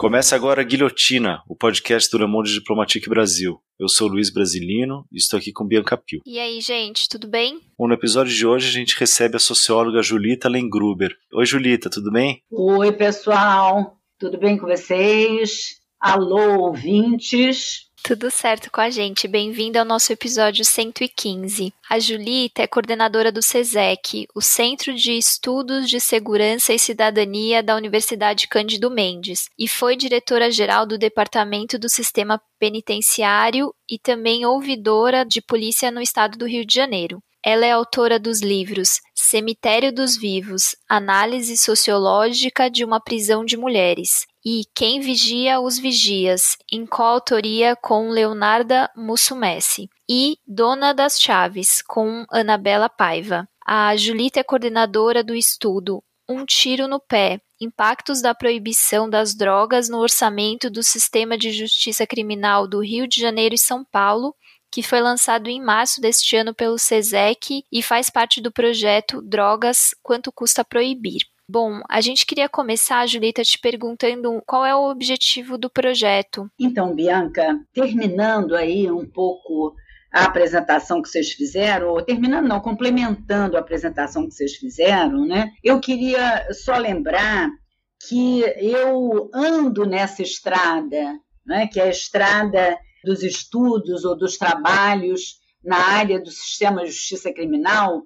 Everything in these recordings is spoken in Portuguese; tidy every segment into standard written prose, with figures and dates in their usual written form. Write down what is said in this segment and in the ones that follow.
Começa agora a Guilhotina, o podcast do Le Monde Diplomatique Brasil. Eu sou Luiz Brasilino e estou aqui com Bianca Pio. E aí, gente, tudo bem? Bom, no episódio de hoje a gente recebe a socióloga Julita Lengruber. Oi, Julita, tudo bem? Oi, pessoal, tudo bem com vocês? Alô, ouvintes? Tudo certo com a gente. Bem-vinda ao nosso episódio 115. A Julita é coordenadora do SESEC, o Centro de Estudos de Segurança e Cidadania da Universidade Cândido Mendes, e foi diretora-geral do Departamento do Sistema Penitenciário e também ouvidora de polícia no estado do Rio de Janeiro. Ela é autora dos livros Cemitério dos Vivos, Análise Sociológica de uma Prisão de Mulheres, e Quem Vigia os Vigias, em coautoria com Leonarda Musumeci, e Dona das Chaves, com Anabela Paiva. A Julita é coordenadora do estudo Um Tiro no Pé, Impactos da Proibição das Drogas no Orçamento do Sistema de Justiça Criminal do Rio de Janeiro e São Paulo, que foi lançado em março deste ano pelo SESEC e faz parte do projeto Drogas, Quanto Custa Proibir. Bom, a gente queria começar, Julita, te perguntando qual é o objetivo do projeto. Então, Bianca, terminando aí um pouco a apresentação que vocês fizeram, ou terminando não, complementando a apresentação que vocês fizeram, né? Eu queria só lembrar que eu ando nessa estrada, né, que é a estrada dos estudos ou dos trabalhos na área do sistema de justiça criminal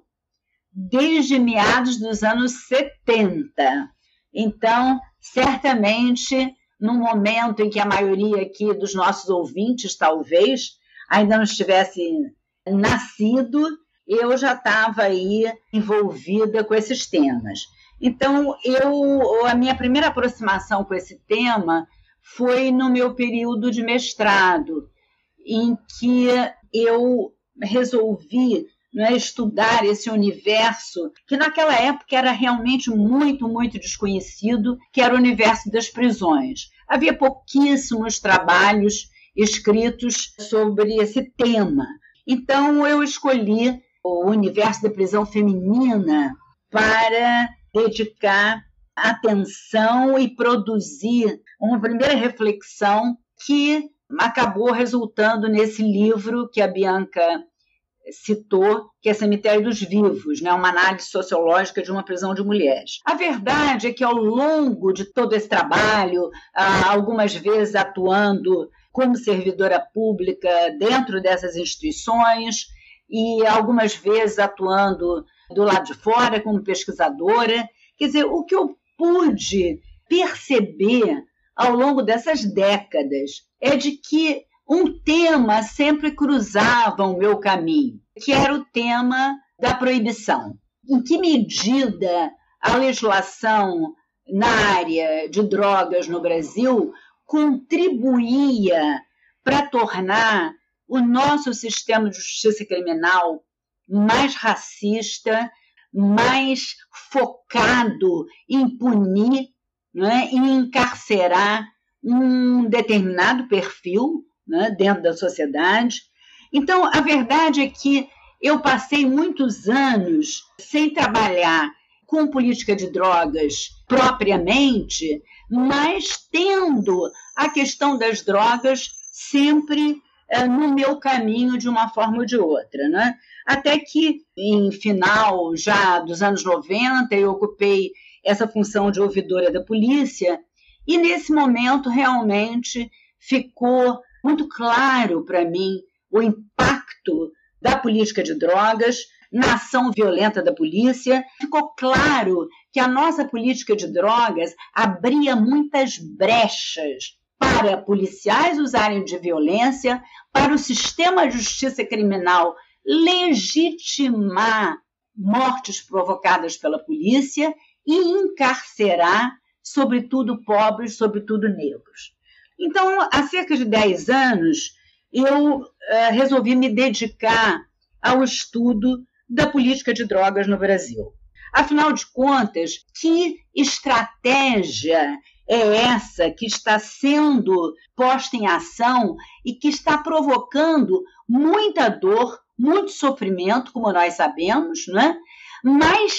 desde meados dos anos 70. Então, certamente, no momento em que a maioria aqui dos nossos ouvintes, talvez, ainda não estivesse nascido, eu já estava aí envolvida com esses temas. Então, a minha primeira aproximação com esse tema foi no meu período de mestrado, em que eu resolvi estudar esse universo que naquela época era realmente muito, muito desconhecido, que era o universo das prisões. Havia pouquíssimos trabalhos escritos sobre esse tema. Então, eu escolhi o universo da prisão feminina para dedicar atenção e produzir uma primeira reflexão que acabou resultando nesse livro que a Bianca citou, que é Cemitério dos Vivos, né? Uma análise sociológica de uma prisão de mulheres. A verdade é que ao longo de todo esse trabalho, algumas vezes atuando como servidora pública dentro dessas instituições e algumas vezes atuando do lado de fora como pesquisadora, quer dizer, o que eu pude perceber ao longo dessas décadas é de que um tema sempre cruzava o meu caminho, que era o tema da proibição. Em que medida a legislação na área de drogas no Brasil contribuía para tornar o nosso sistema de justiça criminal mais racista, mais focado em punir, em encarcerar um determinado perfil, dentro da sociedade. Então, a verdade é que eu passei muitos anos sem trabalhar com política de drogas propriamente, mas tendo a questão das drogas sempre no meu caminho de uma forma ou de outra, né? Até que, em final já dos anos 90, eu ocupei essa função de ouvidora da polícia e, nesse momento, realmente ficou muito claro para mim o impacto da política de drogas na ação violenta da polícia. Ficou claro que a nossa política de drogas abria muitas brechas para policiais usarem de violência, para o sistema de justiça criminal legitimar mortes provocadas pela polícia e encarcerar, sobretudo pobres, sobretudo negros. Então, há cerca de 10 anos, eu resolvi me dedicar ao estudo da política de drogas no Brasil. Afinal de contas, que estratégia é essa que está sendo posta em ação e que está provocando muita dor, muito sofrimento, como nós sabemos, né? Mas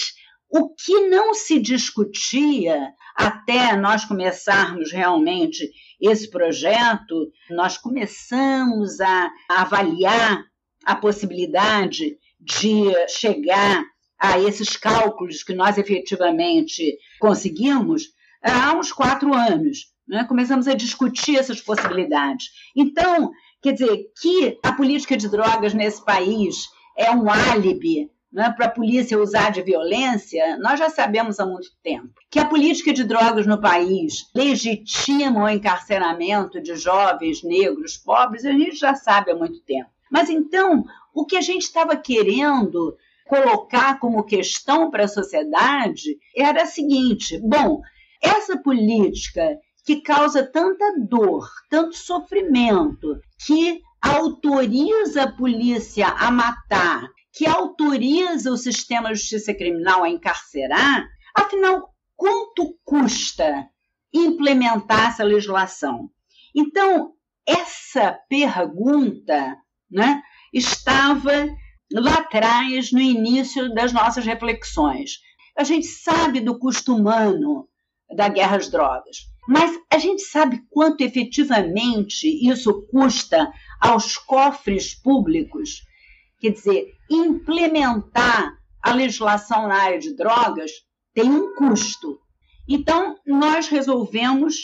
O que não se discutia até nós começarmos realmente esse projeto, nós começamos a avaliar a possibilidade de chegar a esses cálculos que nós efetivamente conseguimos há uns 4 anos. Né? Começamos a discutir essas possibilidades. Então, quer dizer, que a política de drogas nesse país é um álibi, né, para a polícia usar de violência, nós já sabemos há muito tempo. Que a política de drogas no país legitima o encarceramento de jovens negros pobres, a gente já sabe há muito tempo. Mas então, o que a gente estava querendo colocar como questão para a sociedade era a seguinte: bom, essa política que causa tanta dor, tanto sofrimento, que autoriza a polícia a matar, que autoriza o sistema de justiça criminal a encarcerar, afinal, quanto custa implementar essa legislação? Então, essa pergunta, né, estava lá atrás, no início das nossas reflexões. A gente sabe do custo humano da guerra às drogas, mas a gente sabe quanto efetivamente isso custa aos cofres públicos? Quer dizer, implementar a legislação na área de drogas tem um custo. Então, nós resolvemos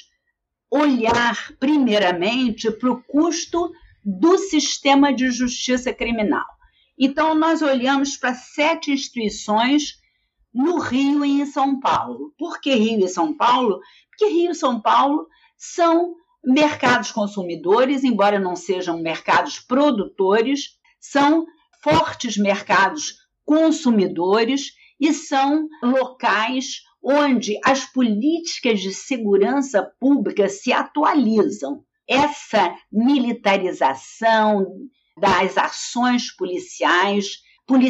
olhar primeiramente para o custo do sistema de justiça criminal. Então, nós olhamos para 7 instituições no Rio e em São Paulo. Por que Rio e São Paulo? Porque Rio e São Paulo são mercados consumidores, embora não sejam mercados produtores, são fortes mercados consumidores e são locais onde as políticas de segurança pública se atualizam. Essa militarização das ações policiais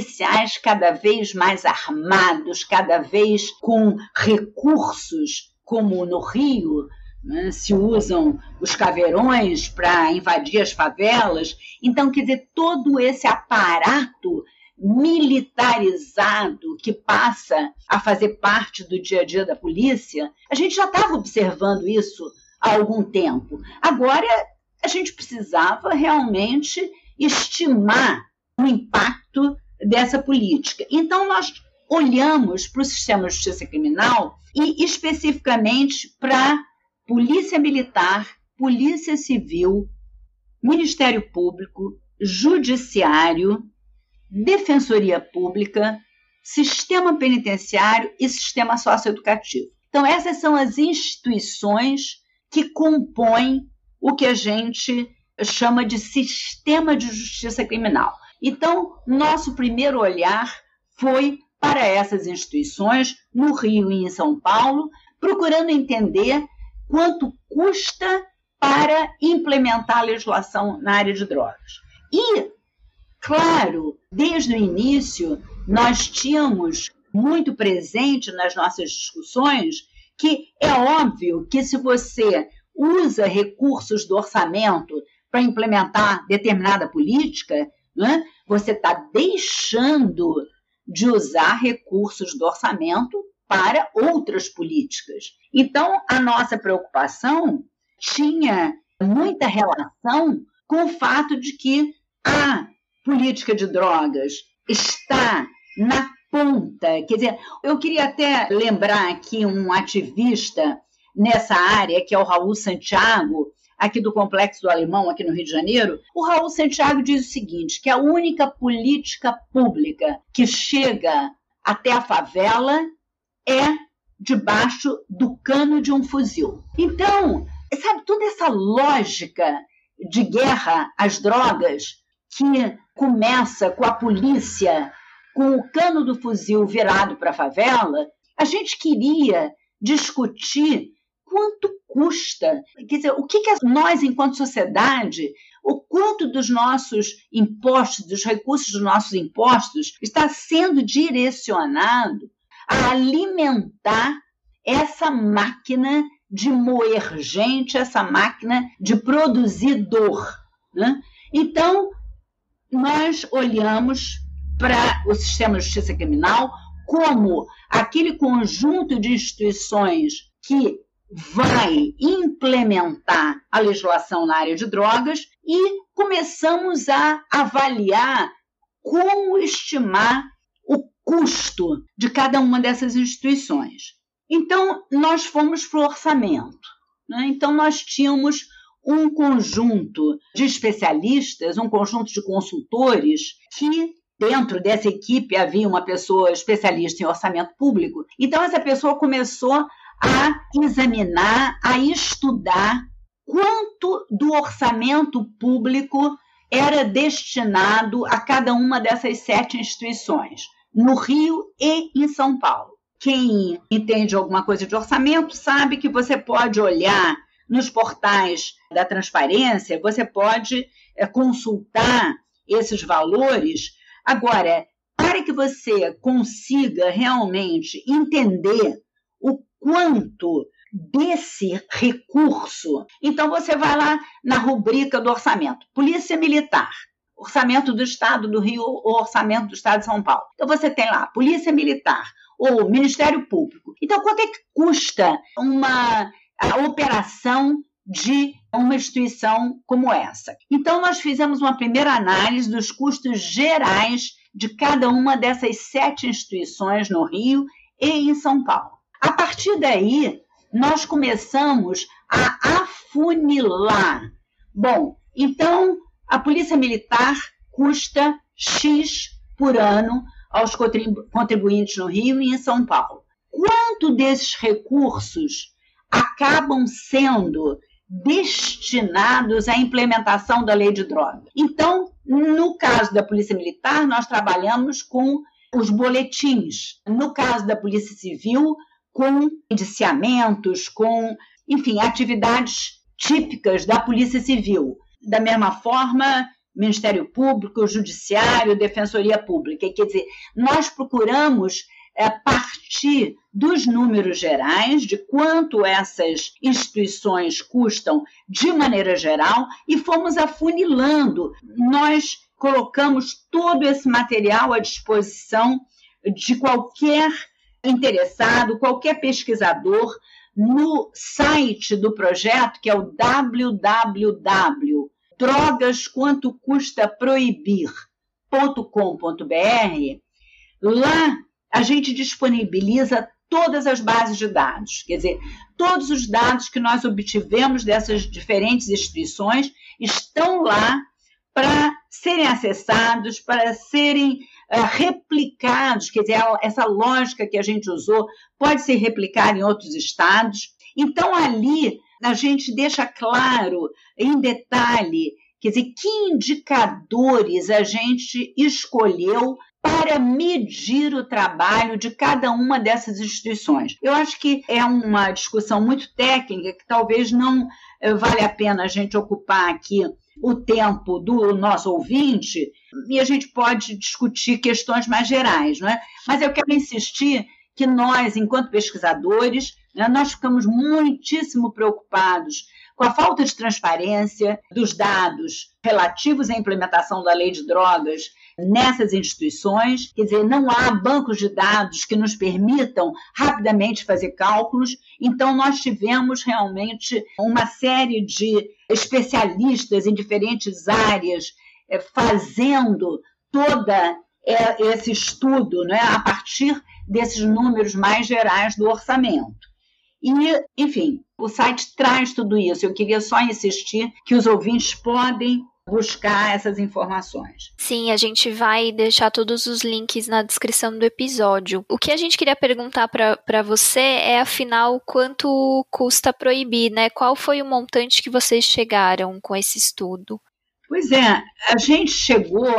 cada vez mais armados, cada vez com recursos, como no Rio, né, se usam os caveirões para invadir as favelas. Então, quer dizer, todo esse aparato militarizado que passa a fazer parte do dia a dia da polícia, a gente já estava observando isso há algum tempo. Agora, a gente precisava realmente estimar o impacto dessa política. Então, nós olhamos para o sistema de justiça criminal e especificamente para Polícia Militar, Polícia Civil, Ministério Público, Judiciário, Defensoria Pública, Sistema Penitenciário e Sistema Socioeducativo. Então, essas são as instituições que compõem o que a gente chama de sistema de justiça criminal. Então, nosso primeiro olhar foi para essas instituições, no Rio e em São Paulo, procurando entender quanto custa para implementar a legislação na área de drogas. E, claro, desde o início, nós tínhamos muito presente nas nossas discussões que é óbvio que se você usa recursos do orçamento para implementar determinada política, né, você está deixando de usar recursos do orçamento para outras políticas. Então, a nossa preocupação tinha muita relação com o fato de que a política de drogas está na ponta. Quer dizer, eu queria até lembrar aqui um ativista nessa área, que é o Raul Santiago, aqui do Complexo do Alemão, aqui no Rio de Janeiro. O Raul Santiago diz o seguinte, que a única política pública que chega até a favela é debaixo do cano de um fuzil. Então, sabe, toda essa lógica de guerra às drogas que começa com a polícia com o cano do fuzil virado para a favela, a gente queria discutir quanto custa, quer dizer, o que nós, enquanto sociedade, o quanto dos nossos impostos, dos recursos dos nossos impostos, está sendo direcionado a alimentar essa máquina de moer gente, essa máquina de produzir dor, né? Então, nós olhamos para o sistema de justiça criminal como aquele conjunto de instituições que vai implementar a legislação na área de drogas e começamos a avaliar como estimar o custo de cada uma dessas instituições. Então, nós fomos para o orçamento, né? Então, nós tínhamos um conjunto de especialistas, um conjunto de consultores que, dentro dessa equipe, havia uma pessoa especialista em orçamento público. Então, essa pessoa começou a examinar, a estudar quanto do orçamento público era destinado a cada uma dessas 7 instituições, no Rio e em São Paulo. Quem entende alguma coisa de orçamento sabe que você pode olhar nos portais da transparência, você pode consultar esses valores. Agora, para que você consiga realmente entender o quanto desse recurso, então você vai lá na rubrica do orçamento, Polícia Militar, orçamento do Estado do Rio ou orçamento do Estado de São Paulo. Então você tem lá Polícia Militar ou Ministério Público. Então quanto é que custa a operação de uma instituição como essa? Então nós fizemos uma primeira análise dos custos gerais de cada uma dessas 7 instituições no Rio e em São Paulo. A partir daí, nós começamos a afunilar. Bom, então, a Polícia Militar custa X por ano aos contribuintes no Rio e em São Paulo. Quanto desses recursos acabam sendo destinados à implementação da lei de drogas? Então, no caso da Polícia Militar, nós trabalhamos com os boletins. No caso da Polícia Civil, com indiciamentos, com, enfim, atividades típicas da Polícia Civil. Da mesma forma, Ministério Público, Judiciário, Defensoria Pública. Quer dizer, nós procuramos partir dos números gerais, de quanto essas instituições custam de maneira geral, e fomos afunilando. Nós colocamos todo esse material à disposição de qualquer interessado, qualquer pesquisador, no site do projeto, que é o www.drogasquantocustaproibir.com.br. Lá a gente disponibiliza todas as bases de dados, quer dizer, todos os dados que nós obtivemos dessas diferentes instituições estão lá para serem acessados, para serem replicados, quer dizer, essa lógica que a gente usou pode ser replicada em outros estados. Então, ali, a gente deixa claro, em detalhe, quer dizer, que indicadores a gente escolheu para medir o trabalho de cada uma dessas instituições. Eu acho que é uma discussão muito técnica, que talvez não vale a pena a gente ocupar aqui o tempo do nosso ouvinte, e a gente pode discutir questões mais gerais, não é? Mas eu quero insistir que nós, enquanto pesquisadores, né, nós ficamos muitíssimo preocupados com a falta de transparência dos dados relativos à implementação da lei de drogas nessas instituições. Quer dizer, não há bancos de dados que nos permitam rapidamente fazer cálculos. Então, nós tivemos realmente uma série de especialistas em diferentes áreas fazendo todo esse estudo, né, a partir desses números mais gerais do orçamento. E, enfim, o site traz tudo isso. Eu queria só insistir que os ouvintes podem buscar essas informações. Sim, a gente vai deixar todos os links na descrição do episódio. O que a gente queria perguntar para você é, afinal, quanto custa proibir, né? Qual foi o montante que vocês chegaram com esse estudo? Pois é, a gente chegou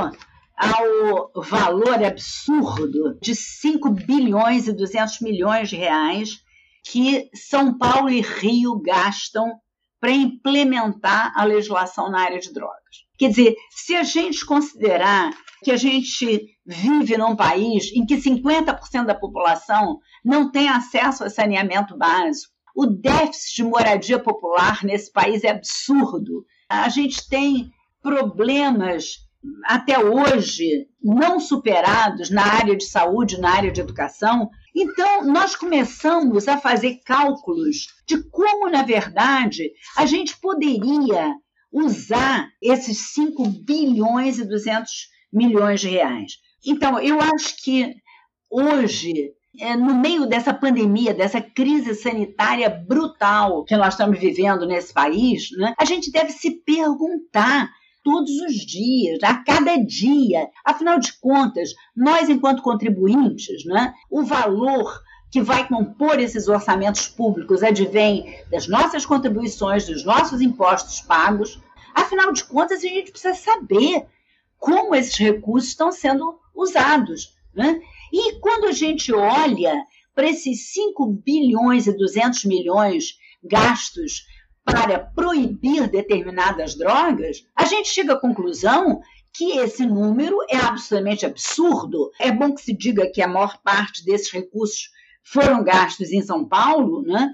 ao valor absurdo de 5 bilhões e 200 milhões de reais que São Paulo e Rio gastam para implementar a legislação na área de drogas. Quer dizer, se a gente considerar que a gente vive num país em que 50% da população não tem acesso a saneamento básico, o déficit de moradia popular nesse país é absurdo. A gente tem problemas até hoje não superados na área de saúde, na área de educação. Então, nós começamos a fazer cálculos de como, na verdade, a gente poderia usar esses 5 bilhões e 200 milhões de reais. Então, eu acho que hoje, no meio dessa pandemia, dessa crise sanitária brutal que nós estamos vivendo nesse país, né, a gente deve se perguntar todos os dias, a cada dia. Afinal de contas, nós, enquanto contribuintes, né, o valor que vai compor esses orçamentos públicos advém das nossas contribuições, dos nossos impostos pagos. Afinal de contas, a gente precisa saber como esses recursos estão sendo usados, né? E quando a gente olha para esses 5 bilhões e 200 milhões gastos para proibir determinadas drogas, a gente chega à conclusão que esse número é absolutamente absurdo. É bom que se diga que a maior parte desses recursos foram gastos em São Paulo, né?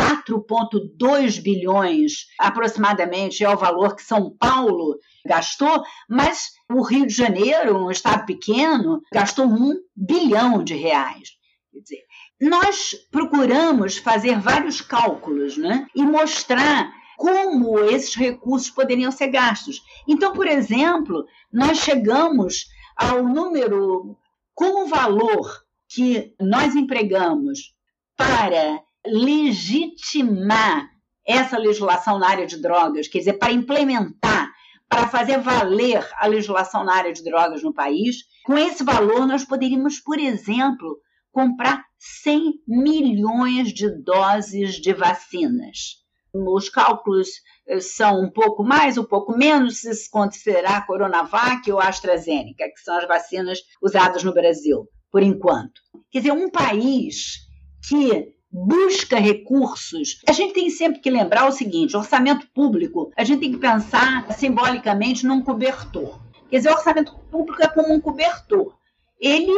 4,2 bilhões aproximadamente é o valor que São Paulo gastou, mas o Rio de Janeiro, um estado pequeno, gastou 1 bilhão de reais. Quer dizer, nós procuramos fazer vários cálculos, né, e mostrar como esses recursos poderiam ser gastos. Então, por exemplo, nós chegamos ao número, com o valor que nós empregamos para legitimar essa legislação na área de drogas, quer dizer, para implementar, para fazer valer a legislação na área de drogas no país, com esse valor nós poderíamos, por exemplo, comprar 100 milhões de doses de vacinas. Os cálculos são um pouco mais, um pouco menos, se considerar a Coronavac ou a AstraZeneca, que são as vacinas usadas no Brasil, por enquanto. Quer dizer, um país que busca recursos, a gente tem sempre que lembrar o seguinte: orçamento público, a gente tem que pensar simbolicamente num cobertor. Quer dizer, o orçamento público é como um cobertor. Ele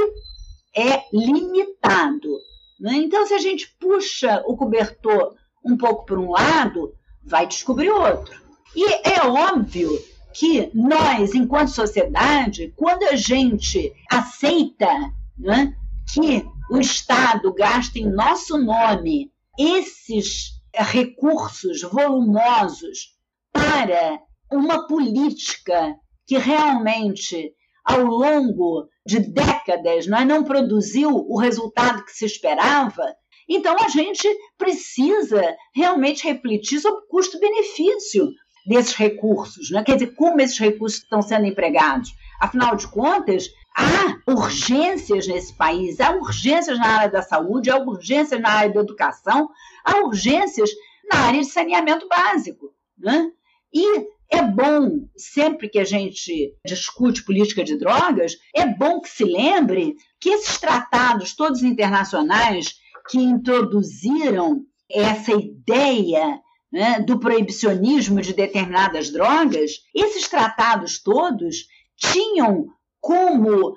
é limitado, né? Então, se a gente puxa o cobertor um pouco para um lado, vai descobrir outro. E é óbvio que nós, enquanto sociedade, quando a gente aceita, né, que o Estado gasta em nosso nome esses recursos volumosos para uma política que realmente, ao longo de décadas, não produziu o resultado que se esperava, então a gente precisa realmente refletir sobre o custo-benefício desses recursos, né? Quer dizer, como esses recursos estão sendo empregados. Afinal de contas, há urgências nesse país, há urgências na área da saúde, há urgências na área da educação, há urgências na área de saneamento básico, né? E é bom, sempre que a gente discute política de drogas, é bom que se lembre que esses tratados todos internacionais que introduziram essa ideia, né, do proibicionismo de determinadas drogas, esses tratados todos tinham como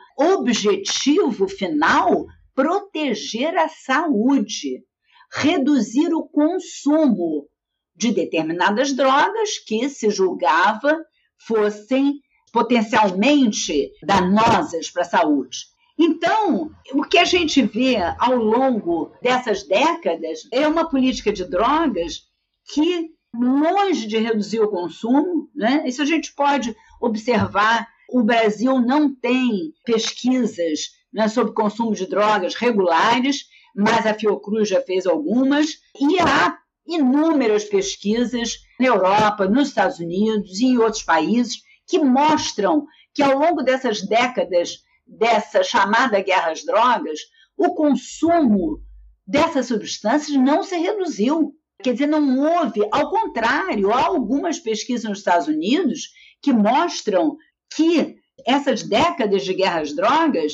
objetivo final proteger a saúde, reduzir o consumo de determinadas drogas que se julgava fossem potencialmente danosas para a saúde. Então, o que a gente vê ao longo dessas décadas é uma política de drogas que, longe de reduzir o consumo, né, isso a gente pode observar. O Brasil não tem pesquisas, né, sobre consumo de drogas regulares, mas a Fiocruz já fez algumas, e há inúmeras pesquisas na Europa, nos Estados Unidos e em outros países que mostram que, ao longo dessas décadas, dessa chamada guerra às drogas, o consumo dessas substâncias não se reduziu. Quer dizer, não houve, ao contrário, há algumas pesquisas nos Estados Unidos que mostram que essas décadas de guerra às drogas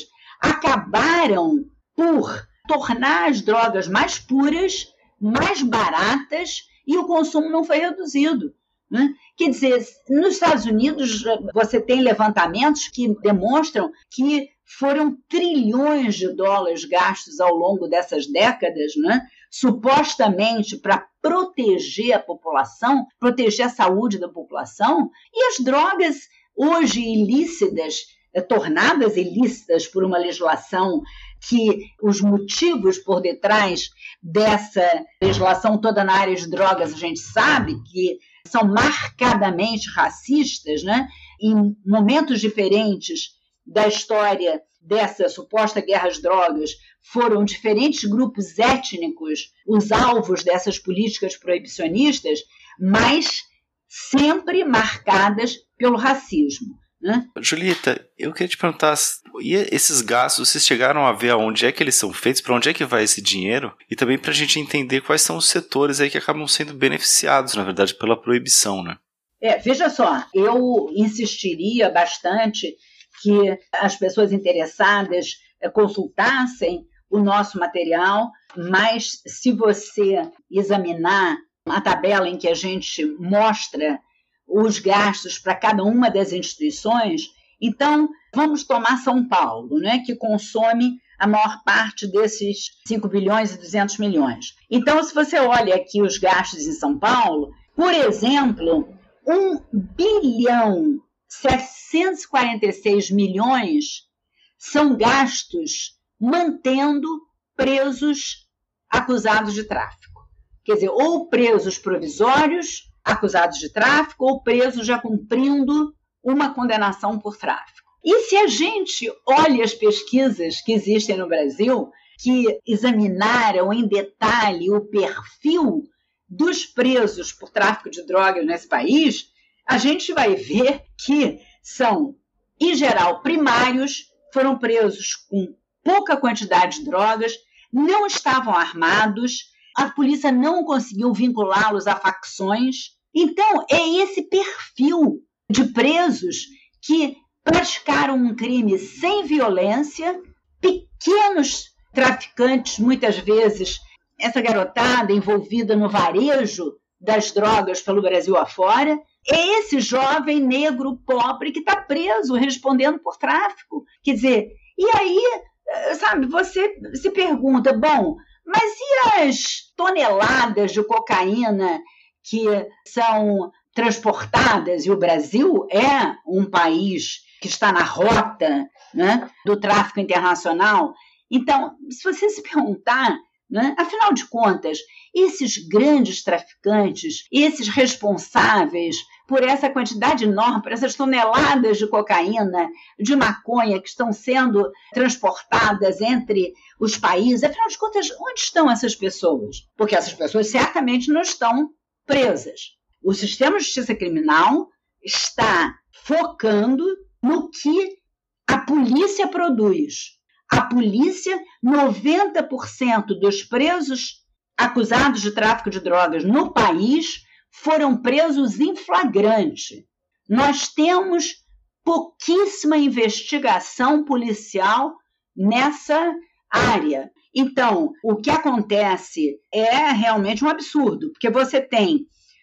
acabaram por tornar as drogas mais puras, mais baratas, e o consumo não foi reduzido, né? Quer dizer, nos Estados Unidos você tem levantamentos que demonstram que foram trilhões de dólares gastos ao longo dessas décadas, né, supostamente para proteger a população, proteger a saúde da população, e as drogas, hoje ilícitas, tornadas ilícitas por uma legislação que os motivos por detrás dessa legislação toda na área de drogas, a gente sabe que são marcadamente racistas, né? Em momentos diferentes da história dessa suposta guerra às drogas, foram diferentes grupos étnicos os alvos dessas políticas proibicionistas, mas sempre marcadas pelo racismo. Julita, eu queria te perguntar, e esses gastos, vocês chegaram a ver aonde é que eles são feitos, para onde é que vai esse dinheiro, e também para a gente entender quais são os setores aí que acabam sendo beneficiados, na verdade, pela proibição, né? Veja só, eu insistiria bastante que as pessoas interessadas consultassem o nosso material, mas se você examinar a tabela em que a gente mostra os gastos para cada uma das instituições, então vamos tomar São Paulo, né, que consome a maior parte desses 5 bilhões e 200 milhões. Então, se você olha aqui os gastos em São Paulo, por exemplo, 1 bilhão 746 milhões são gastos mantendo presos acusados de tráfico. Quer dizer, ou presos provisórios acusados de tráfico, ou presos já cumprindo uma condenação por tráfico. E se a gente olha as pesquisas que existem no Brasil, que examinaram em detalhe o perfil dos presos por tráfico de drogas nesse país, a gente vai ver que são, em geral, primários, foram presos com pouca quantidade de drogas, não estavam armados, a polícia não conseguiu vinculá-los a facções. Então, é esse perfil de presos que praticaram um crime sem violência, pequenos traficantes, muitas vezes, essa garotada envolvida no varejo das drogas pelo Brasil afora, é esse jovem negro pobre que está preso, respondendo por tráfico. Quer dizer, e aí, sabe, você se pergunta, bom, mas e as toneladas de cocaína que são transportadas? E o Brasil é um país que está na rota, né, do tráfico internacional. Então, se você se perguntar, né, afinal de contas, esses grandes traficantes, esses responsáveis por essa quantidade enorme, por essas toneladas de cocaína, de maconha que estão sendo transportadas entre os países, afinal de contas, onde estão essas pessoas? Porque essas pessoas certamente não estão presas. O sistema de justiça criminal está focando no que a polícia produz. A polícia, 90% dos presos acusados de tráfico de drogas no país foram presos em flagrante. Nós temos pouquíssima investigação policial nessa área. Então, o que acontece é realmente um absurdo, porque você tem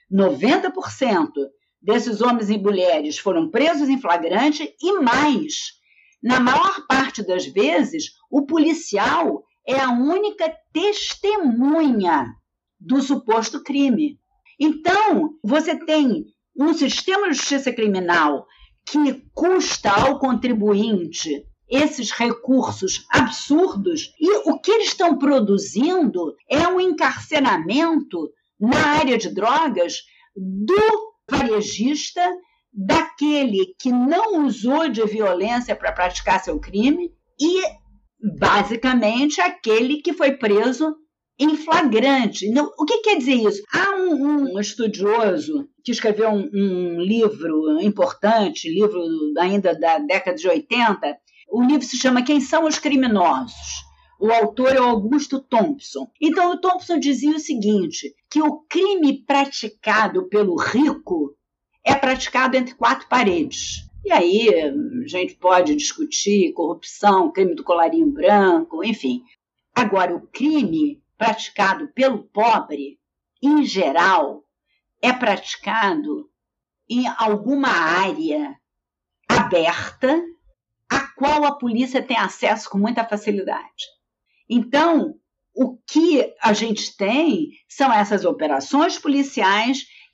90% desses homens e mulheres foram presos em flagrante e mais. Na maior parte das vezes, o policial é a única testemunha do suposto crime. Então, você tem um sistema de justiça criminal que custa ao contribuinte esses recursos absurdos e o que eles estão produzindo é um encarceramento na área de drogas do varejista, daquele que não usou de violência para praticar seu crime e, basicamente, aquele que foi preso em flagrante. O que quer dizer isso? Há um estudioso que escreveu um livro importante, livro ainda da década de 80, o livro se chama Quem São os Criminosos? O autor é Augusto Thompson. Então, o Thompson dizia o seguinte, que o crime praticado pelo rico é praticado entre 4 paredes. E aí a gente pode discutir corrupção, crime do colarinho branco, enfim. Agora, o crime praticado pelo pobre, em geral, é praticado em alguma área aberta a qual a polícia tem acesso com muita facilidade. Então, o que a gente tem são essas operações policiais, quer dizer,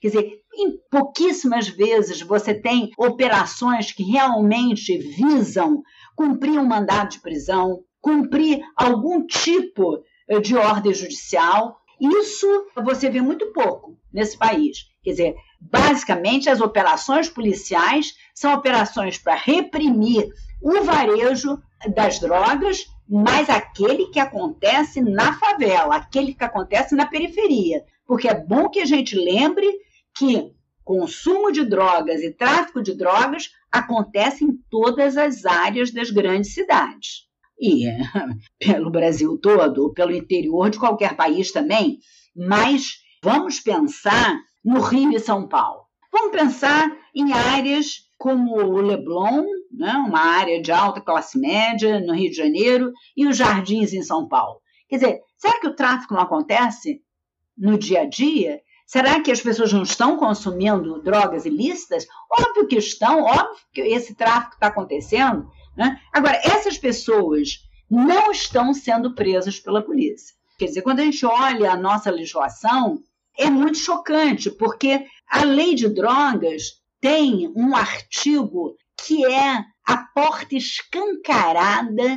Em pouquíssimas vezes você tem operações que realmente visam cumprir um mandado de prisão, cumprir algum tipo de ordem judicial. Isso você vê muito pouco nesse país. Quer dizer, basicamente as operações policiais são operações para reprimir o varejo das drogas, mas aquele que acontece na favela, aquele que acontece na periferia. Porque é bom que a gente lembre que consumo de drogas e tráfico de drogas acontece em todas as áreas das grandes cidades. E pelo Brasil todo, pelo interior de qualquer país também, mas vamos pensar no Rio e São Paulo. Vamos pensar em áreas como o Leblon, né, uma área de alta classe média no Rio de Janeiro, e os Jardins em São Paulo. Quer dizer, será que o tráfico não acontece no dia a dia? Será que as pessoas não estão consumindo drogas ilícitas? Óbvio que estão, óbvio que esse tráfico está acontecendo, né? Agora, essas pessoas não estão sendo presas pela polícia. Quer dizer, quando a gente olha a nossa legislação, é muito chocante, porque a lei de drogas tem um artigo que é a porta escancarada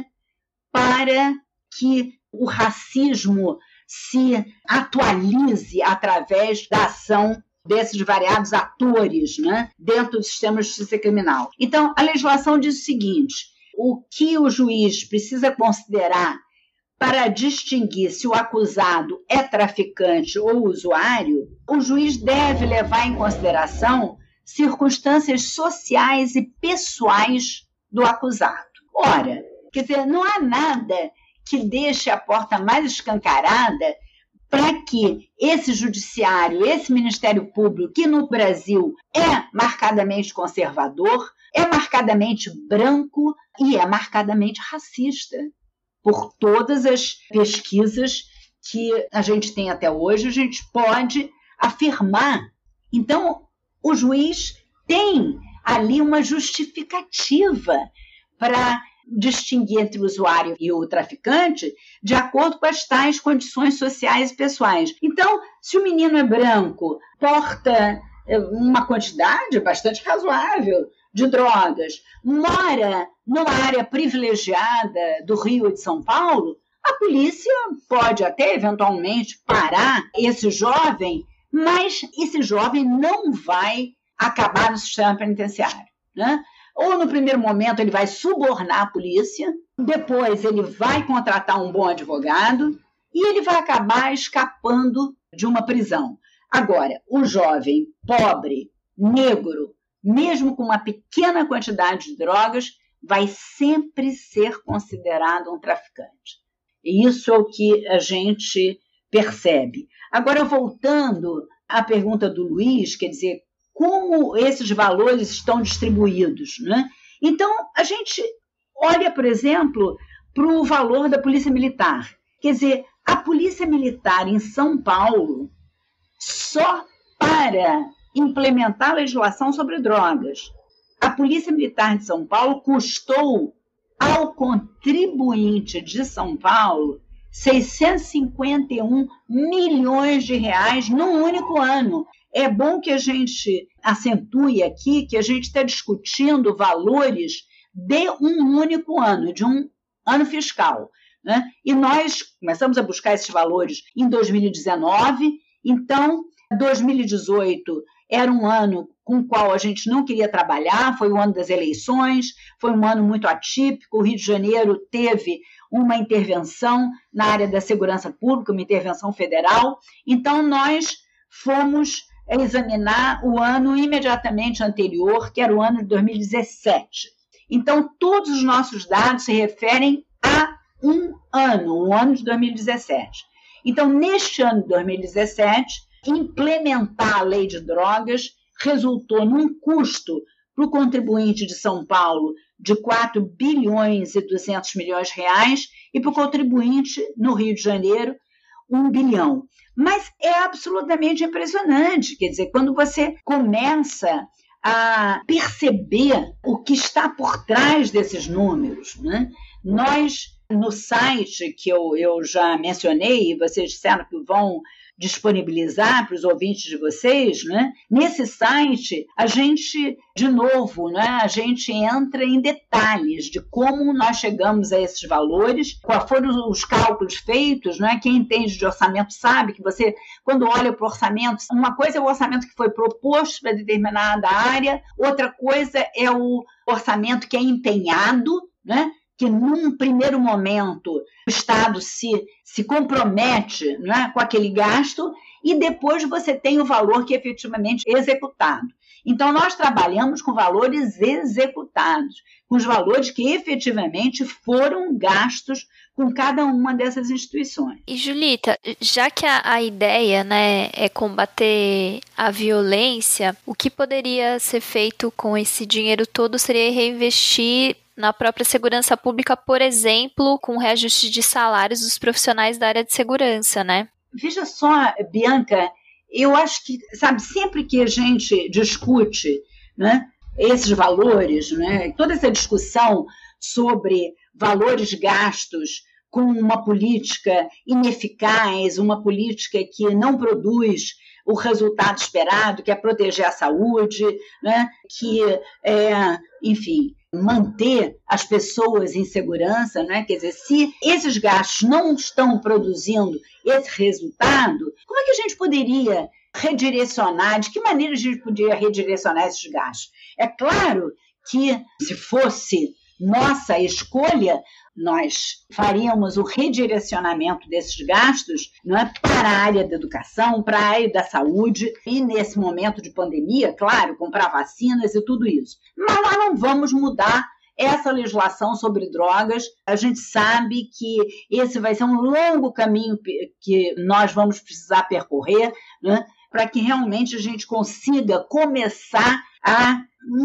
para que o racismo se atualize através da ação desses variados atores, né, dentro do sistema de justiça criminal. Então, a legislação diz o seguinte: o que o juiz precisa considerar para distinguir se o acusado é traficante ou usuário, o juiz deve levar em consideração circunstâncias sociais e pessoais do acusado. Ora, quer dizer, não há nada que deixe a porta mais escancarada para que esse judiciário, esse Ministério Público, que no Brasil é marcadamente conservador, é marcadamente branco e é marcadamente racista. Por todas as pesquisas que a gente tem até hoje, a gente pode afirmar. Então, o juiz tem ali uma justificativa para distinguir entre o usuário e o traficante de acordo com as tais condições sociais e pessoais. Então, se o menino é branco, porta uma quantidade bastante razoável de drogas, mora numa área privilegiada do Rio e de São Paulo, a polícia pode até eventualmente parar esse jovem, mas esse jovem não vai acabar no sistema penitenciário, né? Ou no primeiro momento ele vai subornar a polícia, depois ele vai contratar um bom advogado e ele vai acabar escapando de uma prisão. Agora, o jovem pobre, negro, mesmo com uma pequena quantidade de drogas, vai sempre ser considerado um traficante. E isso é o que a gente percebe. Agora, voltando à pergunta do Luiz, quer dizer, como esses valores estão distribuídos, né? Então, a gente olha, por exemplo, para o valor da Polícia Militar. Quer dizer, a Polícia Militar em São Paulo, só para implementar a legislação sobre drogas, a Polícia Militar de São Paulo custou ao contribuinte de São Paulo 651 milhões de reais num único ano. É bom que a gente acentue aqui que a gente está discutindo valores de um único ano, de um ano fiscal, né? E nós começamos a buscar esses valores em 2019, então 2018 era um ano com o qual a gente não queria trabalhar, foi o ano das eleições, foi um ano muito atípico, o Rio de Janeiro teve uma intervenção na área da segurança pública, uma intervenção federal, então nós fomos examinar o ano imediatamente anterior, que era o ano de 2017. Então, todos os nossos dados se referem a um ano, o ano de 2017. Então, neste ano de 2017, implementar a lei de drogas resultou num custo para o contribuinte de São Paulo de 4 bilhões e 200 milhões de reais e para o contribuinte no Rio de Janeiro 1 bilhão. Mas é absolutamente impressionante, quer dizer, quando você começa a perceber o que está por trás desses números, né? Nós, no site que eu já mencionei, e vocês disseram que vão disponibilizar para os ouvintes de vocês, né? Nesse site, a gente, de novo, né? A gente entra em detalhes de como nós chegamos a esses valores, quais foram os cálculos feitos, né? Quem entende de orçamento sabe que você, quando olha para o orçamento, uma coisa é o orçamento que foi proposto para determinada área, outra coisa é o orçamento que é empenhado, né? Que num primeiro momento o Estado se compromete, né, com aquele gasto e depois você tem o valor que é efetivamente executado. Então, nós trabalhamos com valores executados, com os valores que efetivamente foram gastos com cada uma dessas instituições. E, Julita, já que a ideia, né, é combater a violência, o que poderia ser feito com esse dinheiro todo seria reinvestir na própria segurança pública, por exemplo, com reajuste de salários dos profissionais da área de segurança, né? Veja só, Bianca, eu acho que, sabe, sempre que a gente discute, né, esses valores, né, toda essa discussão sobre valores gastos com uma política ineficaz, uma política que não produz o resultado esperado, que é proteger a saúde, né, que é, enfim, manter as pessoas em segurança, né? Quer dizer, se esses gastos não estão produzindo esse resultado, como é que a gente poderia redirecionar, de que maneira a gente poderia redirecionar esses gastos? É claro que, se fosse nossa escolha, nós faríamos o redirecionamento desses gastos, né, para a área da educação, para a área da saúde, e nesse momento de pandemia, claro, comprar vacinas e tudo isso. Mas nós não vamos mudar essa legislação sobre drogas. A gente sabe que esse vai ser um longo caminho que nós vamos precisar percorrer, né, para que realmente a gente consiga começar a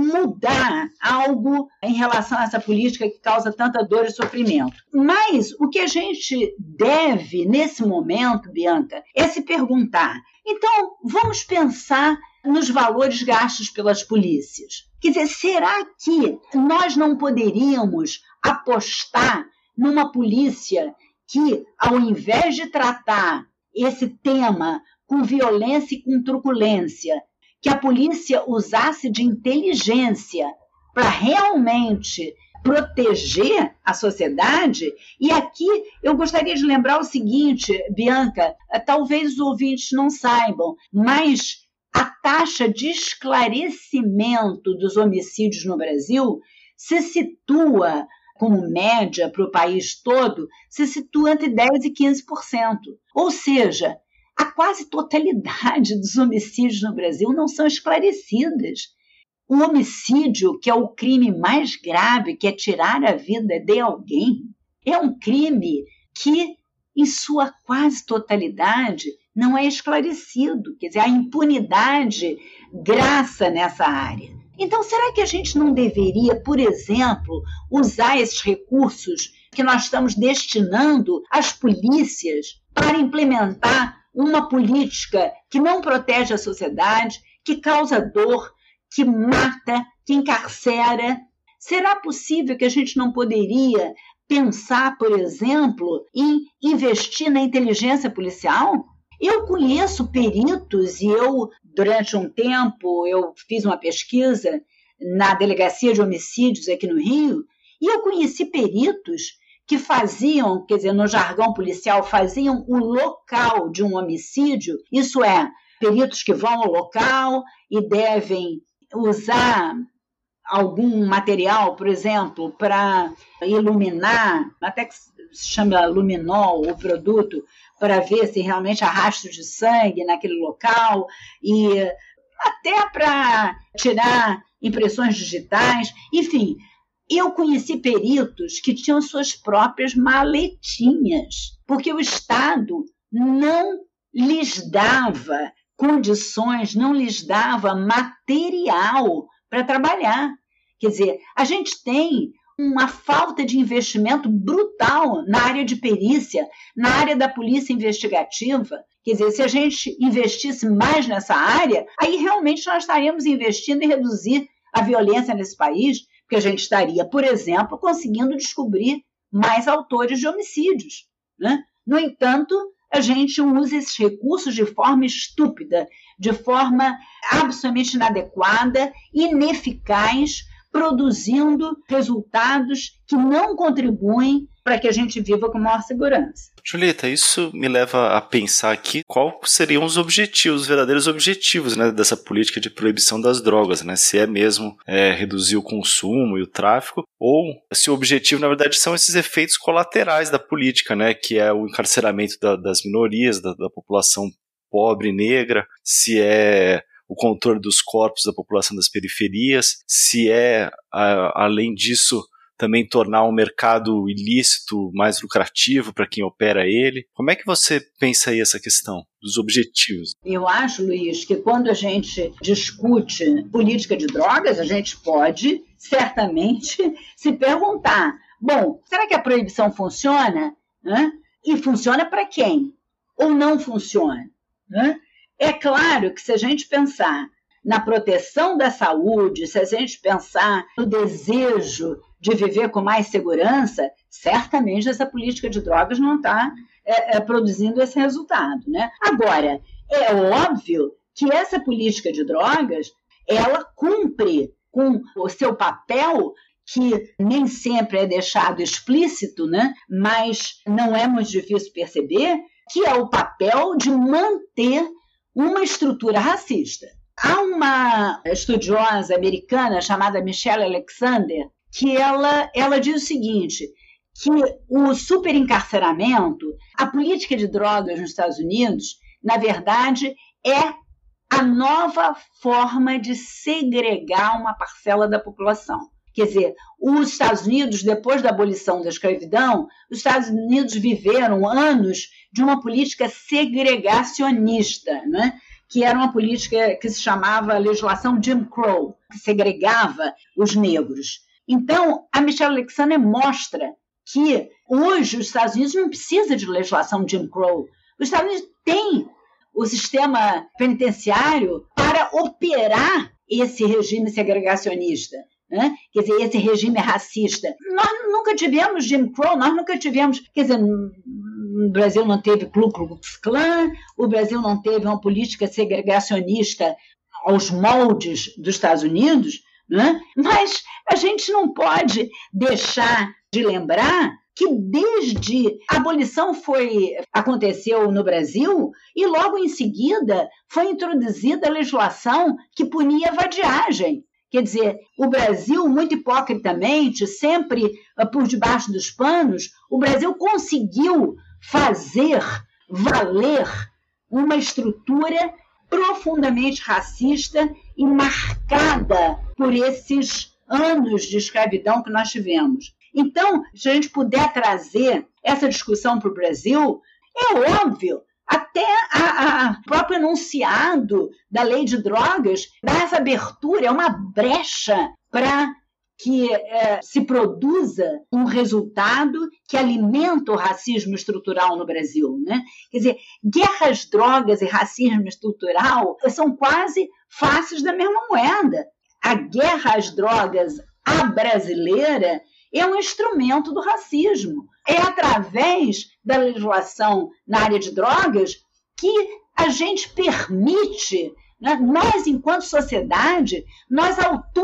mudar algo em relação a essa política que causa tanta dor e sofrimento. Mas o que a gente deve, nesse momento, Bianca, é se perguntar, então, vamos pensar nos valores gastos pelas polícias. Quer dizer, será que nós não poderíamos apostar numa polícia que, ao invés de tratar esse tema com violência e com truculência, que a polícia usasse de inteligência para realmente proteger a sociedade? E aqui eu gostaria de lembrar o seguinte, Bianca, talvez os ouvintes não saibam, mas a taxa de esclarecimento dos homicídios no Brasil se situa, como média para o país todo, se situa entre 10% e 15%. Ou seja, a quase totalidade dos homicídios no Brasil não são esclarecidas. O homicídio, que é o crime mais grave, que é tirar a vida de alguém, é um crime que, em sua quase totalidade, não é esclarecido. Quer dizer, a impunidade graça nessa área. Então, será que a gente não deveria, por exemplo, usar esses recursos que nós estamos destinando às polícias para implementar uma política que não protege a sociedade, que causa dor, que mata, que encarcera? Será possível que a gente não poderia pensar, por exemplo, em investir na inteligência policial? Eu conheço peritos e durante um tempo, eu fiz uma pesquisa na Delegacia de Homicídios aqui no Rio, e eu conheci peritos que faziam, quer dizer, no jargão policial, faziam o local de um homicídio, isso é, peritos que vão ao local e devem usar algum material, por exemplo, para iluminar, até que se chama luminol, o produto, para ver se realmente há rastro de sangue naquele local, e até para tirar impressões digitais, enfim. Eu conheci peritos que tinham suas próprias maletinhas, porque o Estado não lhes dava condições, não lhes dava material para trabalhar. Quer dizer, a gente tem uma falta de investimento brutal na área de perícia, na área da polícia investigativa. Quer dizer, se a gente investisse mais nessa área, aí realmente nós estaríamos investindo em reduzir a violência nesse país, porque a gente estaria, por exemplo, conseguindo descobrir mais autores de homicídios, né? No entanto, a gente usa esses recursos de forma estúpida, de forma absolutamente inadequada, ineficaz, produzindo resultados que não contribuem para que a gente viva com maior segurança. Julita, isso me leva a pensar aqui quais seriam os objetivos, os verdadeiros objetivos, né, dessa política de proibição das drogas, né? Se é mesmo reduzir o consumo e o tráfico, ou se o objetivo, na verdade, são esses efeitos colaterais da política, né, que é o encarceramento das minorias, da população pobre e negra, se é o controle dos corpos da população das periferias, se é, além disso, também tornar um mercado ilícito mais lucrativo para quem opera ele. Como é que você pensa aí essa questão dos objetivos? Eu acho, Luiz, que quando a gente discute política de drogas, a gente pode certamente se perguntar, bom, será que a proibição funciona? E funciona para quem? Ou não funciona? É claro que se a gente pensar na proteção da saúde, se a gente pensar no desejo de viver com mais segurança, certamente essa política de drogas não está produzindo esse resultado, né? Agora, é óbvio que essa política de drogas, ela cumpre com o seu papel, que nem sempre é deixado explícito, né? Mas não é muito difícil perceber, que é o papel de manter uma estrutura racista. Há uma estudiosa americana chamada Michelle Alexander, que ela diz o seguinte, que o superencarceramento, a política de drogas nos Estados Unidos, na verdade, é a nova forma de segregar uma parcela da população. Quer dizer, os Estados Unidos, depois da abolição da escravidão, os Estados Unidos viveram anos de uma política segregacionista, né? Que era uma política que se chamava legislação Jim Crow, que segregava os negros. Então, a Michelle Alexander mostra que hoje os Estados Unidos não precisam de legislação Jim Crow. Os Estados Unidos têm o sistema penitenciário para operar esse regime segregacionista, né? Quer dizer, esse regime racista. Nós nunca tivemos Jim Crow, nós nunca tivemos, quer dizer, o Brasil não teve Ku Klux Klan, o Brasil não teve uma política segregacionista aos moldes dos Estados Unidos, né? Mas a gente não pode deixar de lembrar que desde a abolição aconteceu no Brasil e logo em seguida foi introduzida a legislação que punia a vadiagem. Quer dizer, o Brasil, muito hipocritamente, sempre por debaixo dos panos, o Brasil conseguiu fazer valer uma estrutura profundamente racista e marcada por esses anos de escravidão que nós tivemos. Então, se a gente puder trazer essa discussão para o Brasil, é óbvio, até o próprio enunciado da lei de drogas dá essa abertura, é uma brecha para que se produza um resultado que alimenta o racismo estrutural no Brasil, né? Quer dizer, guerra às drogas e racismo estrutural são quase faces da mesma moeda. A guerra às drogas, a brasileira, é um instrumento do racismo. É através da legislação na área de drogas que a gente permite, né? Nós, enquanto sociedade, nós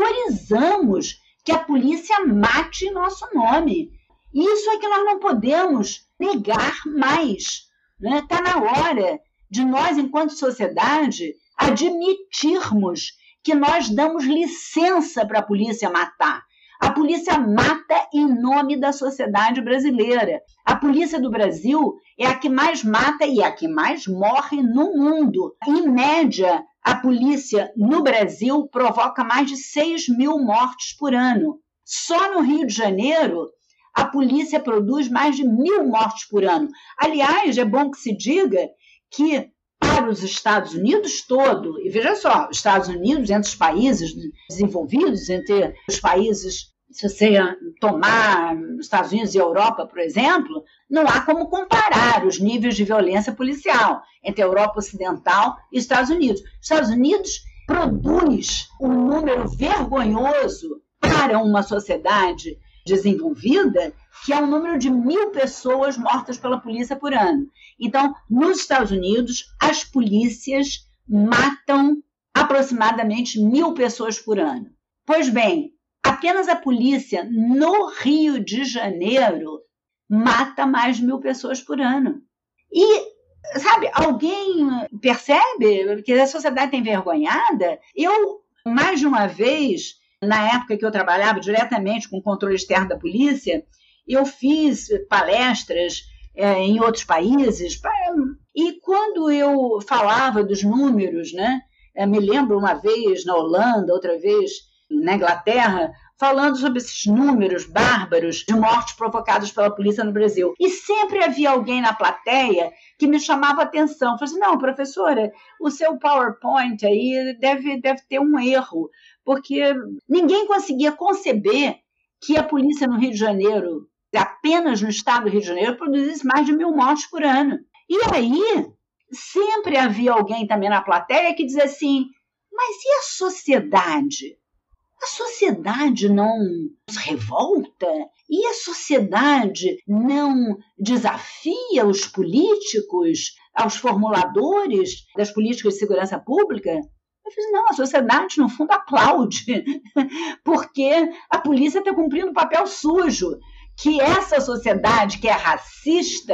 autorizamos que a polícia mate em nosso nome. Isso é que nós não podemos negar mais. Está na hora de nós, enquanto sociedade, admitirmos que nós damos licença para a polícia matar. A polícia mata em nome da sociedade brasileira. A polícia do Brasil é a que mais mata e a que mais morre no mundo. Em média, a polícia no Brasil provoca mais de 6 mil mortes por ano. Só no Rio de Janeiro, a polícia produz mais de 1.000 mortes por ano. Aliás, é bom que se diga que para os Estados Unidos todo, e veja só, os Estados Unidos, entre os países desenvolvidos, entre os países, se você tomar os Estados Unidos e a Europa, por exemplo, não há como comparar os níveis de violência policial entre a Europa Ocidental e os Estados Unidos. Os Estados Unidos produz um número vergonhoso para uma sociedade desenvolvida, que é o número de 1.000 pessoas mortas pela polícia por ano. Então, nos Estados Unidos, as polícias matam aproximadamente 1.000 pessoas por ano. Pois bem, apenas a polícia no Rio de Janeiro mata mais de 1.000 pessoas por ano. E, sabe, alguém percebe que a sociedade está envergonhada? Eu, mais de uma vez, na época que eu trabalhava diretamente com o controle externo da polícia, eu fiz palestras em outros países, e quando eu falava dos números, né, me lembro uma vez na Holanda, outra vez na Inglaterra, falando sobre esses números bárbaros de mortes provocadas pela polícia no Brasil. E sempre havia alguém na plateia que me chamava a atenção. Eu falei assim, não, professora, o seu PowerPoint aí deve ter um erro, porque ninguém conseguia conceber que a polícia no Rio de Janeiro, apenas no estado do Rio de Janeiro, produzisse mais de 1.000 mortes por ano. E aí, sempre havia alguém também na plateia que dizia assim, mas e a sociedade? A sociedade não se revolta? E a sociedade não desafia os políticos, aos formuladores das políticas de segurança pública? Eu falei, não, a sociedade, no fundo, aplaude, porque a polícia está cumprindo um papel sujo, que essa sociedade que é racista,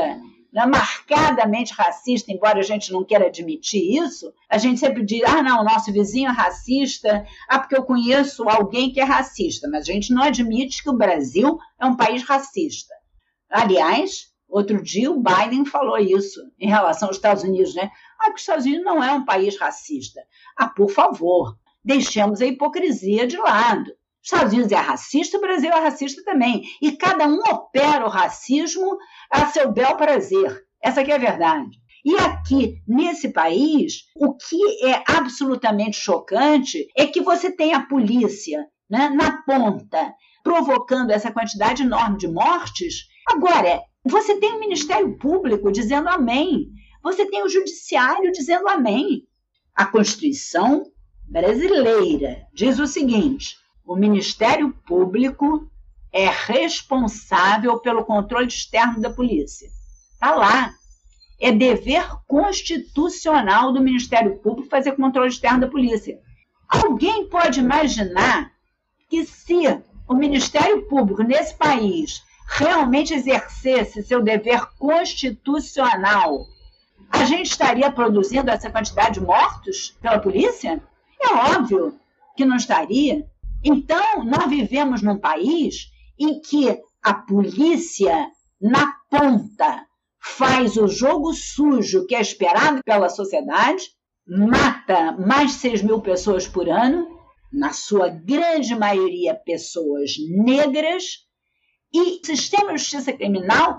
marcadamente racista, embora a gente não queira admitir isso, a gente sempre diz, não, nosso vizinho é racista, porque eu conheço alguém que é racista, mas a gente não admite que o Brasil é um país racista. Aliás, outro dia o Biden falou isso em relação aos Estados Unidos, né? Que os Estados Unidos não é um país racista. Por favor, deixemos a hipocrisia de lado. Os Estados Unidos é racista, o Brasil é racista também. E cada um opera o racismo a seu bel prazer. Essa aqui é a verdade. E aqui, nesse país, o que é absolutamente chocante é que você tem a polícia, né, na ponta, provocando essa quantidade enorme de mortes. Agora, você tem o Ministério Público dizendo amém. Você tem o Judiciário dizendo amém. A Constituição brasileira diz o seguinte, o Ministério Público é responsável pelo controle externo da polícia. Está lá. É dever constitucional do Ministério Público fazer controle externo da polícia. Alguém pode imaginar que se o Ministério Público nesse país realmente exercesse seu dever constitucional, a gente estaria produzindo essa quantidade de mortos pela polícia? É óbvio que não estaria. Então, nós vivemos num país em que a polícia, na ponta, faz o jogo sujo que é esperado pela sociedade, mata mais de 6.000 pessoas por ano, na sua grande maioria pessoas negras, e o sistema de justiça criminal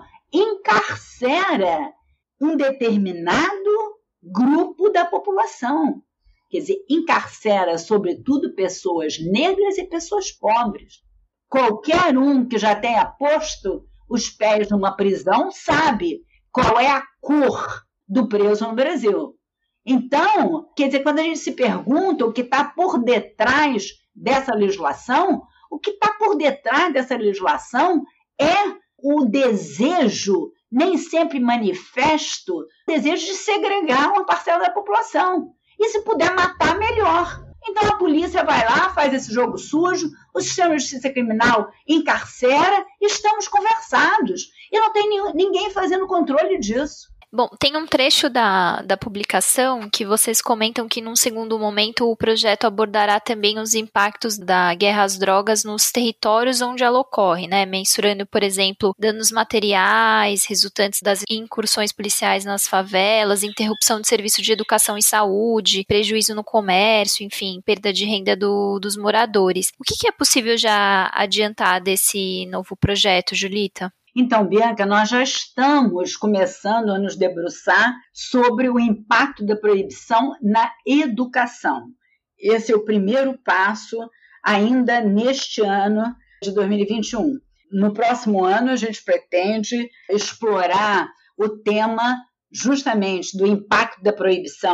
encarcera um determinado grupo da população. Quer dizer, encarcera, sobretudo, pessoas negras e pessoas pobres. Qualquer um que já tenha posto os pés numa prisão sabe qual é a cor do preso no Brasil. Então, quer dizer, quando a gente se pergunta o que está por detrás dessa legislação, o que está por detrás dessa legislação é o desejo, nem sempre manifesto, o desejo de segregar uma parcela da população. E se puder matar, melhor. Então a polícia vai lá, faz esse jogo sujo, o sistema de justiça criminal encarcera, e estamos conversados. E não tem ninguém fazendo controle disso. Bom, tem um trecho da publicação que vocês comentam que, num segundo momento, o projeto abordará também os impactos da guerra às drogas nos territórios onde ela ocorre, né? Mensurando, por exemplo, danos materiais resultantes das incursões policiais nas favelas, interrupção de serviço de educação e saúde, prejuízo no comércio, enfim, perda de renda dos moradores. O que é possível já adiantar desse novo projeto, Julita? Então, Bianca, nós já estamos começando a nos debruçar sobre o impacto da proibição na educação. Esse é o primeiro passo ainda neste ano de 2021. No próximo ano, a gente pretende explorar o tema justamente do impacto da proibição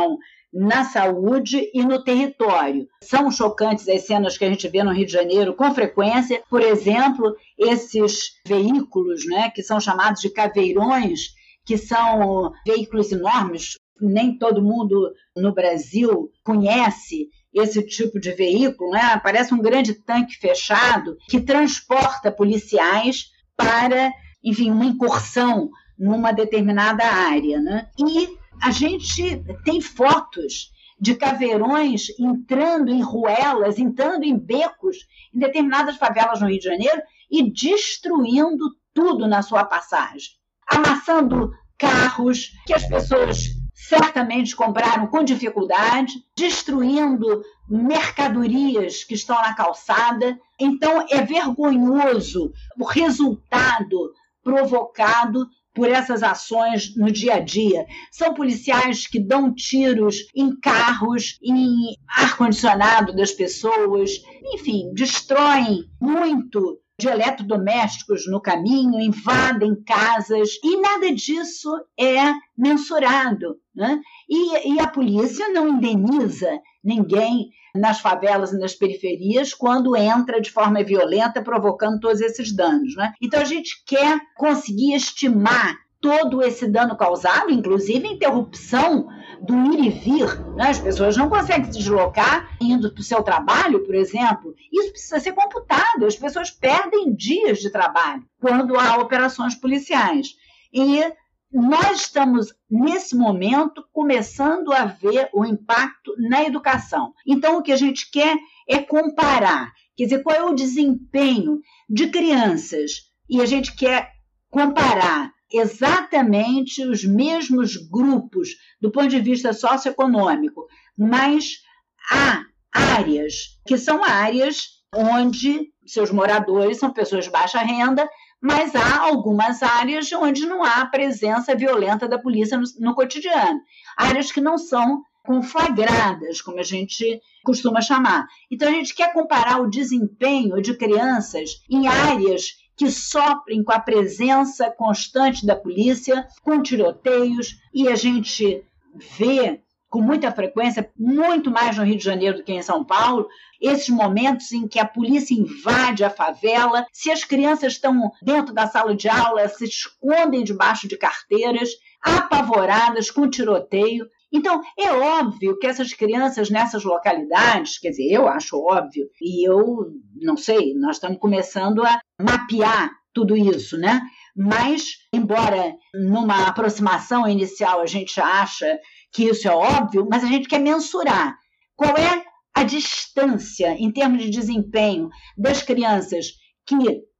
na saúde e no território. São chocantes as cenas que a gente vê no Rio de Janeiro com frequência, por exemplo, esses veículos, né, que são chamados de caveirões, que são veículos enormes, nem todo mundo no Brasil conhece esse tipo de veículo, né? Parece um grande tanque fechado que transporta policiais para, enfim, uma incursão numa determinada área, né? E a gente tem fotos de caveirões entrando em ruelas, entrando em becos, em determinadas favelas no Rio de Janeiro e destruindo tudo na sua passagem. Amassando carros que as pessoas certamente compraram com dificuldade, destruindo mercadorias que estão na calçada. Então, é vergonhoso o resultado provocado por essas ações no dia a dia. São policiais que dão tiros em carros, em ar-condicionado das pessoas, enfim, destroem muito de eletrodomésticos no caminho, invadem casas, e nada disso é mensurado, né? E a polícia não indeniza ninguém nas favelas e nas periferias quando entra de forma violenta, provocando todos esses danos, né? Então a gente quer conseguir estimar todo esse dano causado, inclusive interrupção do ir e vir, né? As pessoas não conseguem se deslocar indo para o seu trabalho, por exemplo. Isso precisa ser computado. As pessoas perdem dias de trabalho quando há operações policiais. E nós estamos, nesse momento, começando a ver o impacto na educação. Então, o que a gente quer é comparar, quer dizer, qual é o desempenho de crianças, e a gente quer comparar exatamente os mesmos grupos do ponto de vista socioeconômico, mas há áreas que são áreas onde seus moradores são pessoas de baixa renda, mas há algumas áreas onde não há presença violenta da polícia no cotidiano. Áreas que não são conflagradas, como a gente costuma chamar. Então, a gente quer comparar o desempenho de crianças em áreas que sofrem com a presença constante da polícia, com tiroteios, e a gente vê com muita frequência, muito mais no Rio de Janeiro do que em São Paulo, esses momentos em que a polícia invade a favela, se as crianças estão dentro da sala de aula, se escondem debaixo de carteiras, apavoradas com tiroteio. Então, é óbvio que essas crianças nessas localidades, quer dizer, eu acho óbvio, e eu não sei, nós estamos começando a mapear tudo isso, né? Mas, embora numa aproximação inicial a gente acha que isso é óbvio, mas a gente quer mensurar qual é a distância em termos de desempenho das crianças que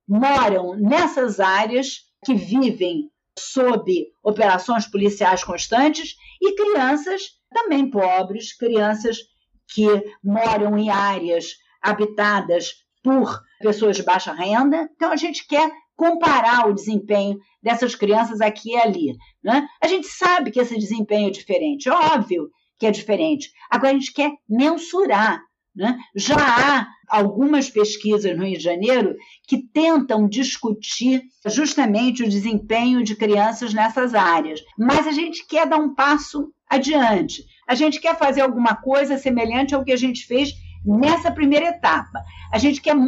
moram nessas áreas, que vivem sob operações policiais constantes, e crianças também pobres, crianças que moram em áreas habitadas por pessoas de baixa renda. Então, a gente quer comparar o desempenho dessas crianças aqui e ali, né? A gente sabe que esse desempenho é diferente, é óbvio que é diferente. Agora, a gente quer mensurar, né? Já há algumas pesquisas no Rio de Janeiro que tentam discutir justamente o desempenho de crianças nessas áreas, mas a gente quer dar um passo adiante. A gente quer fazer alguma coisa semelhante ao que a gente fez nessa primeira etapa. A gente quer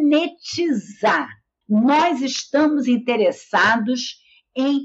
monetizar. Nós estamos interessados em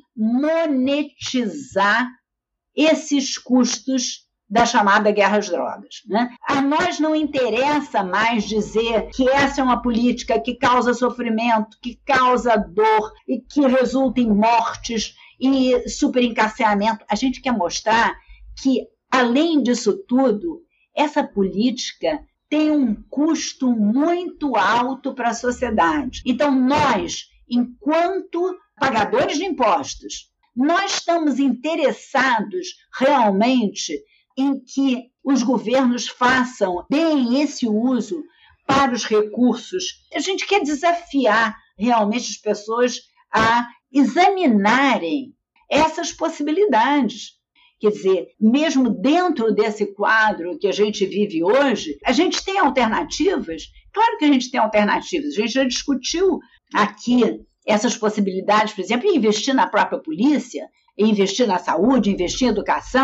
monetizar esses custos da chamada guerra às drogas, né? A nós não interessa mais dizer que essa é uma política que causa sofrimento, que causa dor e que resulta em mortes e superencarceramento. A gente quer mostrar que, além disso tudo, essa política tem um custo muito alto para a sociedade. Então, nós, enquanto pagadores de impostos, nós estamos interessados realmente em que os governos façam bem esse uso para os recursos. A gente quer desafiar realmente as pessoas a examinarem essas possibilidades. Quer dizer, mesmo dentro desse quadro que a gente vive hoje, a gente tem alternativas? Claro que a gente tem alternativas. A gente já discutiu aqui essas possibilidades, por exemplo, em investir na própria polícia, em investir na saúde, investir em educação,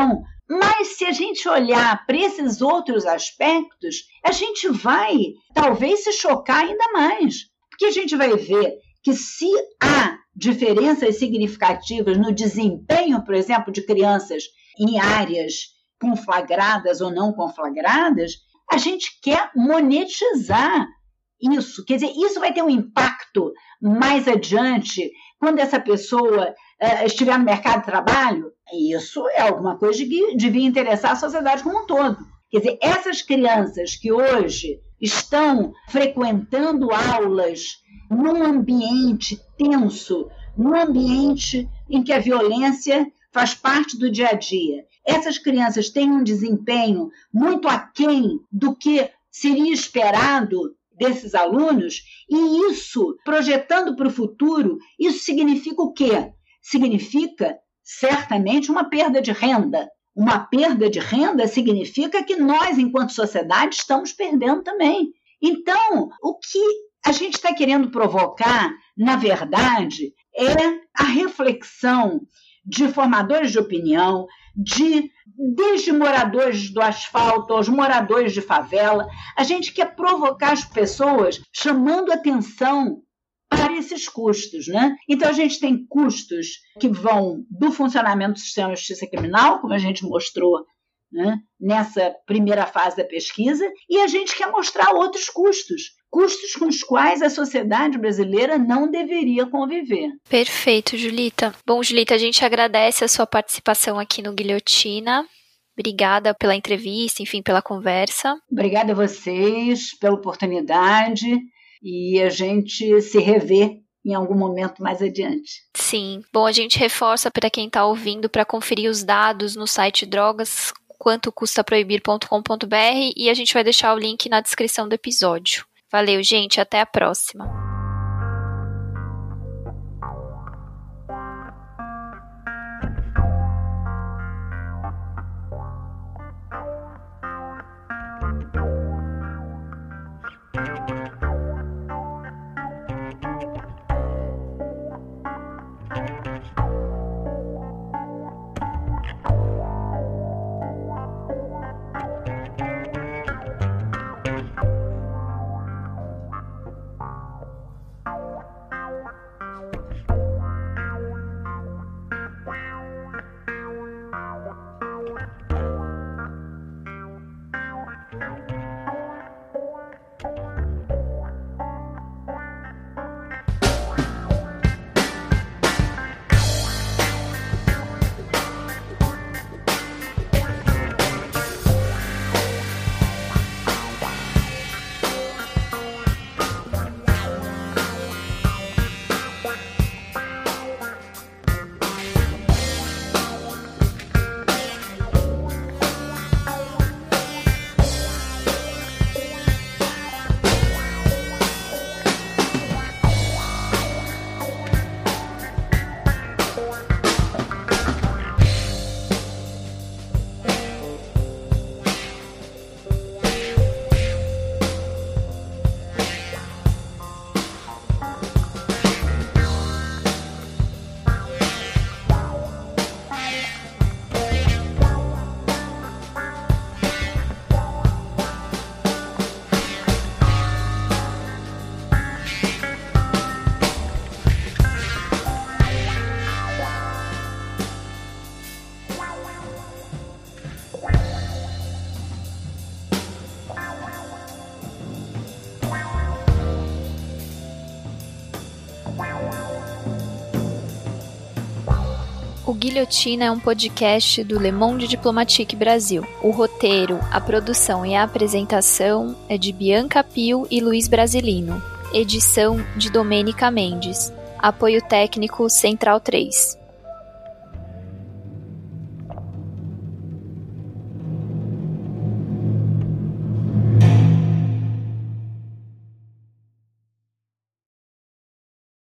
Mas se a gente olhar para esses outros aspectos, a gente vai talvez se chocar ainda mais. Porque a gente vai ver que se há diferenças significativas no desempenho, por exemplo, de crianças em áreas conflagradas ou não conflagradas, a gente quer monetizar isso. Quer dizer, isso vai ter um impacto mais adiante, quando essa pessoa estiver no mercado de trabalho. Isso é alguma coisa que devia interessar a sociedade como um todo. Quer dizer, essas crianças que hoje estão frequentando aulas num ambiente tenso, num ambiente em que a violência faz parte do dia a dia. Essas crianças têm um desempenho muito aquém do que seria esperado desses alunos, e isso, projetando para o futuro, isso significa o quê? Significa, certamente, uma perda de renda. Uma perda de renda significa que nós, enquanto sociedade, estamos perdendo também. Então, o que a gente está querendo provocar, na verdade, é a reflexão de formadores de opinião, desde moradores do asfalto aos moradores de favela. A gente quer provocar as pessoas chamando atenção para esses custos, né? Então, a gente tem custos que vão do funcionamento do sistema de justiça criminal, como a gente mostrou, né, nessa primeira fase da pesquisa, e a gente quer mostrar outros custos com os quais a sociedade brasileira não deveria conviver. Perfeito, Julita. Bom, Julita, a gente agradece a sua participação aqui no Guilhotina. Obrigada pela entrevista, enfim, pela conversa. Obrigada a vocês pela oportunidade, e a gente se revê em algum momento mais adiante. Sim. Bom, a gente reforça para quem está ouvindo para conferir os dados no site drogas.quantocustaproibir.com.br, e a gente vai deixar o link na descrição do episódio. Valeu, gente. Até a próxima. O Guilhotina é um podcast do Le Monde Diplomatique Brasil. O roteiro, a produção e a apresentação é de Bianca Pio e Luiz Brasilino. Edição de Domênica Mendes. Apoio técnico Central 3.